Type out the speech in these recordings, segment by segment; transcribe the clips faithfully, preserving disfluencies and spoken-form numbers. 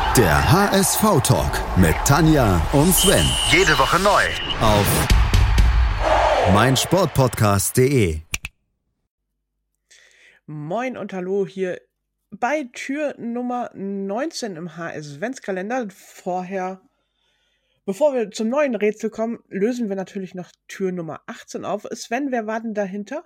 Der H S V-Talk mit Tanja und Sven. Jede Woche neu. Auf meinsportpodcast punkt de. Moin und hallo hier bei Tür Nummer neunzehn im H S-Ventskalender. Vorher, bevor wir zum neuen Rätsel kommen, lösen wir natürlich noch Tür Nummer achtzehn auf. Sven, wer war denn dahinter?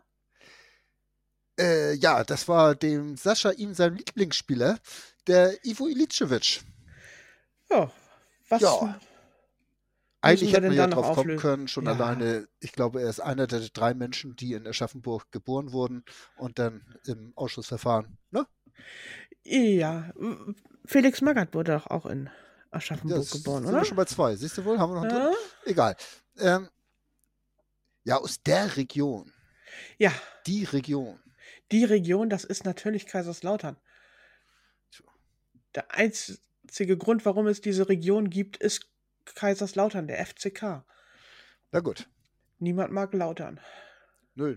Äh, ja, das war dem Sascha ihm sein Lieblingsspieler, der Ivo Iličević. Ja, was Ja. müssen Eigentlich wir hätten denn wir da ja noch drauf kommen auflösen? können, schon Ja. alleine, ich glaube, er ist einer der drei Menschen, die in Aschaffenburg geboren wurden und dann im Ausschussverfahren, ne? Ja, Felix Magath wurde doch auch in Aschaffenburg Das geboren, sind oder? wir schon bei zwei. Siehst du wohl? Haben wir noch einen Ja. dritten? Egal. Ähm, ja, aus der Region. Ja, Die Region. die Region, das ist natürlich Kaiserslautern. Tja. Der einzige Grund, warum es diese Region gibt, ist Kaiserslautern, der F C K. Na gut. Niemand mag Lautern. Nö.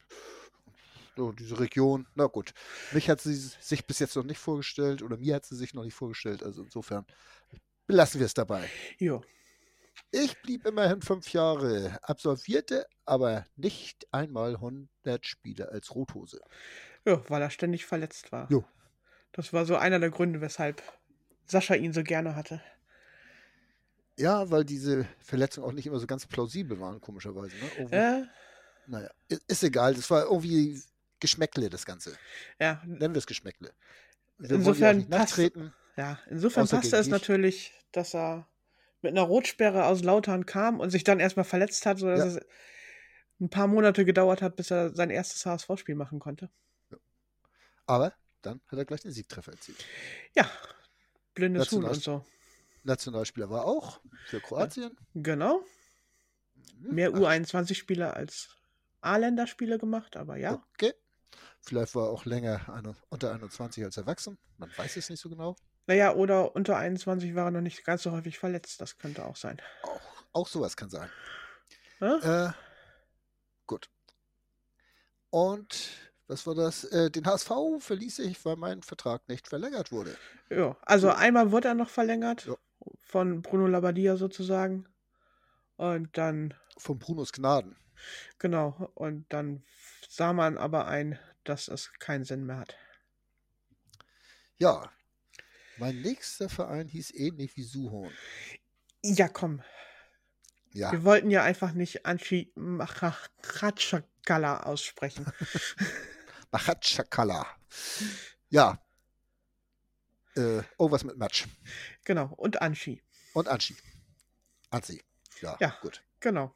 So, diese Region, na gut. Mich hat sie sich bis jetzt noch nicht vorgestellt oder mir hat sie sich noch nicht vorgestellt. Also insofern belassen wir es dabei. Jo. Ich blieb immerhin fünf Jahre, absolvierte aber nicht einmal hundert Spiele als Rothose. Ja, weil er ständig verletzt war. Jo. Das war so einer der Gründe, weshalb Sascha ihn so gerne hatte. Ja, weil diese Verletzungen auch nicht immer so ganz plausibel waren, komischerweise. Ne? Irgendwie, Ja, Naja, i- ist egal. Das war irgendwie Geschmäckle, das Ganze. ja, Nennen wir es Geschmäckle. Wir wollen ja auch insofern nicht passt, nachtreten. ja, insofern Außer passte gegen es dich. natürlich, dass er mit einer Rotsperre aus Lautern kam und sich dann erstmal verletzt hat, sodass Ja. es ein paar Monate gedauert hat, bis er sein erstes H S V-Spiel machen konnte. Aber dann hat er gleich den Siegtreffer erzielt. Ja, blindes Huhn National- und so. Nationalspieler war auch für Kroatien. Genau. Mhm. Mehr Ach, U einundzwanzig-Spieler als A-Länderspiele gemacht, aber ja. Okay. Vielleicht war er auch länger eine, unter einundzwanzig als erwachsen. Man weiß es nicht so genau. Naja, oder unter einundzwanzig war er noch nicht ganz so häufig verletzt. Das könnte auch sein. Auch, auch sowas kann sein. Ja? Äh, gut. Und was war das? Äh, den H S V verließ ich, weil mein Vertrag nicht verlängert wurde. Ja, also So. einmal wurde er noch verlängert, Ja. von Bruno Labbadia sozusagen. Und dann, Von Brunos Gnaden. genau, und dann sah man aber ein, dass es keinen Sinn mehr hat. Ja. Mein nächster Verein hieß ähnlich wie Suhorn. Ja, komm, Ja. wir wollten ja einfach nicht Anchi Machatschakala aussprechen. Machatschakala. Ja. Äh, oh, was mit Matsch. Genau, und Anchi. Und Anschi. Anzi. Ja, Ja. gut. Genau.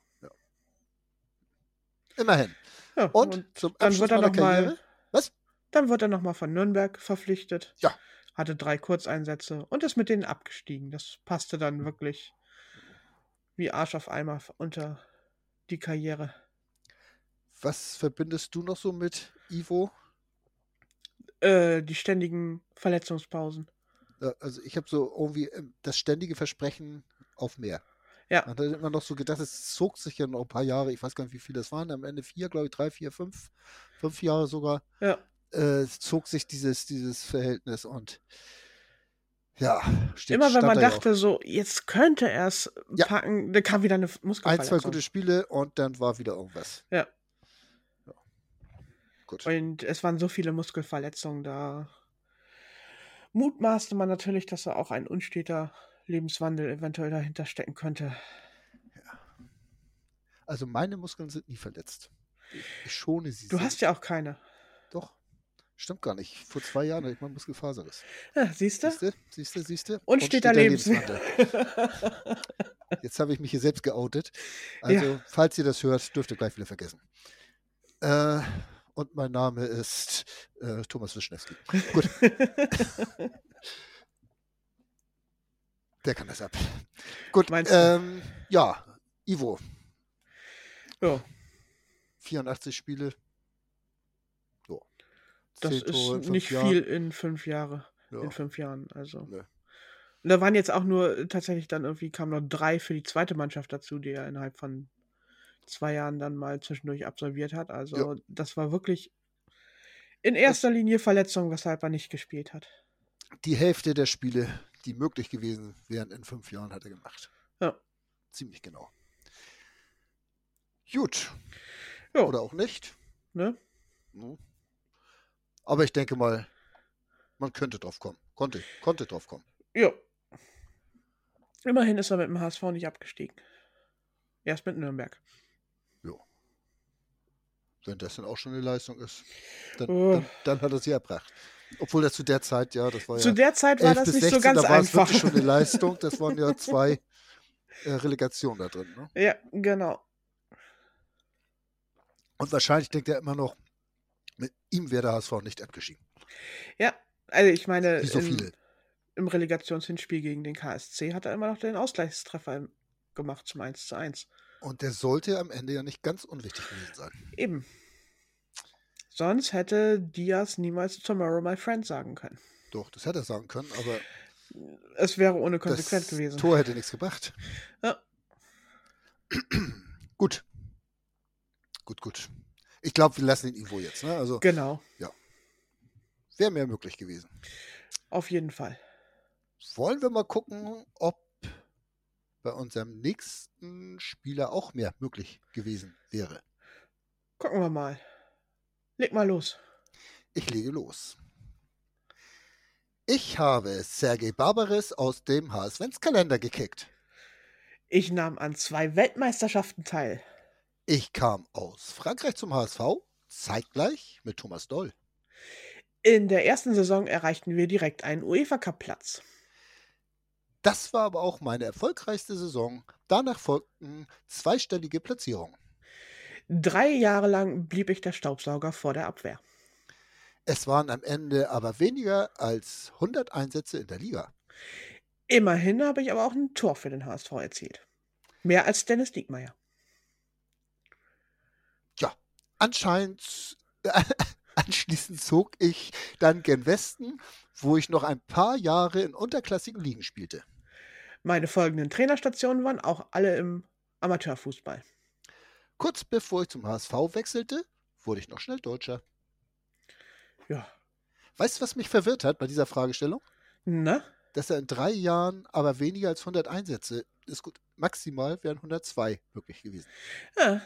Immerhin. Ja, Und, und zum dann Abschluss wird er meiner noch mal- Karriere. Was? dann wurde er nochmal von Nürnberg verpflichtet. Ja. Hatte drei Kurzeinsätze und ist mit denen abgestiegen. Das passte dann wirklich wie Arsch auf Eimer unter die Karriere. Was verbindest du noch so mit Ivo? Äh, die ständigen Verletzungspausen. Ja, also ich habe so irgendwie ähm, das ständige Versprechen auf mehr. Ja. Man hat immer noch so gedacht, es zog sich ja noch ein paar Jahre, ich weiß gar nicht, wie viele das waren, am Ende vier, glaube ich, drei, vier, fünf, fünf Jahre sogar, Ja. äh, zog sich dieses, dieses Verhältnis und ja, steht, Immer wenn stand man da ja dachte, so, jetzt könnte er es Ja. packen, dann kam wieder eine auch ein, Muskelverletzung. zwei gute Spiele und dann war wieder irgendwas. Ja. Ja. Gut. Und es waren so viele Muskelverletzungen, da mutmaßte man natürlich, dass da auch ein unsteter Lebenswandel eventuell dahinter stecken könnte. Also meine Muskeln sind nie verletzt. Ich, ich schone sie Du sehr. hast ja auch keine. Doch. Stimmt gar nicht. Vor zwei Jahren hatte ich mal Muskelfaserriss. Ja, siehst du? Siehst du, siehst du, siehst du? Unsteter Lebenswandel. Jetzt habe ich mich hier selbst geoutet. Also, falls ihr das hört, dürft ihr gleich wieder vergessen. Äh, und mein Name ist äh, Thomas Wischnewski. Gut. Der kann das ab. Gut. Meinst du? Ähm, ja, Ivo. Ja, vierundachtzig Spiele. So. das Zehn Tore in ist fünf nicht Jahren. viel in fünf Jahre. Ja. In fünf Jahren. Also. Nö. Und da waren jetzt auch nur tatsächlich dann irgendwie kamen noch drei für die zweite Mannschaft dazu, die er innerhalb von zwei Jahren dann mal zwischendurch absolviert hat. Also Ja. das war wirklich in erster Linie Verletzung, weshalb er nicht gespielt hat. Die Hälfte der Spiele die möglich gewesen wären in fünf Jahren, hat er gemacht. Ja. Ziemlich genau. Gut. Jo. Oder auch nicht. Ne? Aber ich denke mal, man könnte drauf kommen. Konnte, konnte drauf kommen. Jo. Immerhin ist er mit dem H S V nicht abgestiegen. Erst mit Nürnberg. Jo. Wenn das dann auch schon eine Leistung ist, dann, Oh. dann, dann hat er sie erbracht. Obwohl das zu der Zeit, ja, das war Zu ja der Zeit war elf das bis nicht sechzehn, so ganz da war es einfach. wirklich schon eine Leistung. Das waren ja zwei äh, Relegationen da drin. Ne? Ja, genau. Und wahrscheinlich denkt er immer noch, mit ihm wäre der H S V nicht abgestiegen. Ja, also ich meine, Wie so im, viele. im Relegationshinspiel gegen den K S C hat er immer noch den Ausgleichstreffer im- gemacht zum eins zu eins. Und der sollte am Ende ja nicht ganz unwichtig gewesen sein. Eben. Sonst hätte Diaz niemals Tomorrow My Friend sagen können. Doch, das hätte er sagen können, aber Es wäre ohne konsequent das gewesen. Tor hätte nichts gebracht. Ja. Gut. Gut, gut. Ich glaube, wir lassen ihn irgendwo jetzt. Ne? Also Genau, wäre mehr möglich gewesen. auf jeden Fall. Wollen wir mal gucken, ob bei unserem nächsten Spieler auch mehr möglich gewesen wäre. Gucken wir mal. Leg mal los. Ich lege los. Ich habe Sergei Barbares aus dem H S V-Kalender gekickt. Ich nahm an zwei Weltmeisterschaften teil. Ich kam aus Frankreich zum H S V, zeitgleich mit Thomas Doll. In der ersten Saison erreichten wir direkt einen UEFA-Cup-Platz. Das war aber auch meine erfolgreichste Saison. Danach folgten zweistellige Platzierungen. Drei Jahre lang blieb ich der Staubsauger vor der Abwehr. Es waren am Ende aber weniger als hundert Einsätze in der Liga. Immerhin habe ich aber auch ein Tor für den H S V erzielt. Mehr als Dennis Diekmeyer. Ja, anscheinend, äh, anschließend zog ich dann gen Westen, wo ich noch ein paar Jahre in unterklassigen Ligen spielte. Meine folgenden Trainerstationen waren auch alle im Amateurfußball. Kurz bevor ich zum H S V wechselte, wurde ich noch schnell Deutscher. Ja. Weißt du, was mich verwirrt hat bei dieser Fragestellung? Na? Dass er in drei Jahren aber weniger als hundert Einsätze ist gut. Maximal wären hundertzwei möglich gewesen. Ja.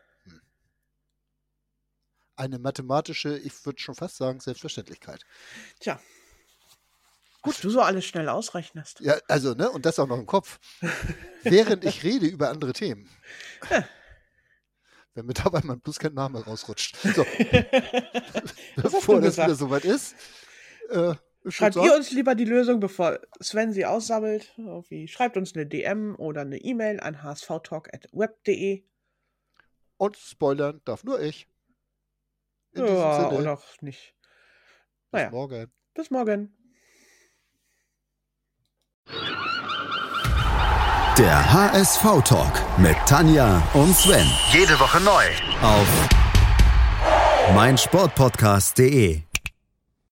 Eine mathematische, ich würde schon fast sagen, Selbstverständlichkeit. Tja. Gut, was du so alles schnell ausrechnest. Ja, also, ne, und das auch noch im Kopf. Während ich rede über andere Themen. Ja. Wenn mir dabei mal bloß kein Name rausrutscht. So, Was hast bevor du das wieder gesagt? soweit ist. Äh, ich Schreibt würd ihr sagen, uns lieber die Lösung, bevor Sven sie aussammelt. Irgendwie schreibt uns eine D M oder eine E-Mail an h s v talk at web punkt de. und spoilern darf nur ich. In diesem Ja, Sinne, oder auch nicht. bis Naja, morgen. bis morgen. Der H S V-Talk mit Tanja und Sven. Jede Woche neu. Auf meinsportpodcast punkt de.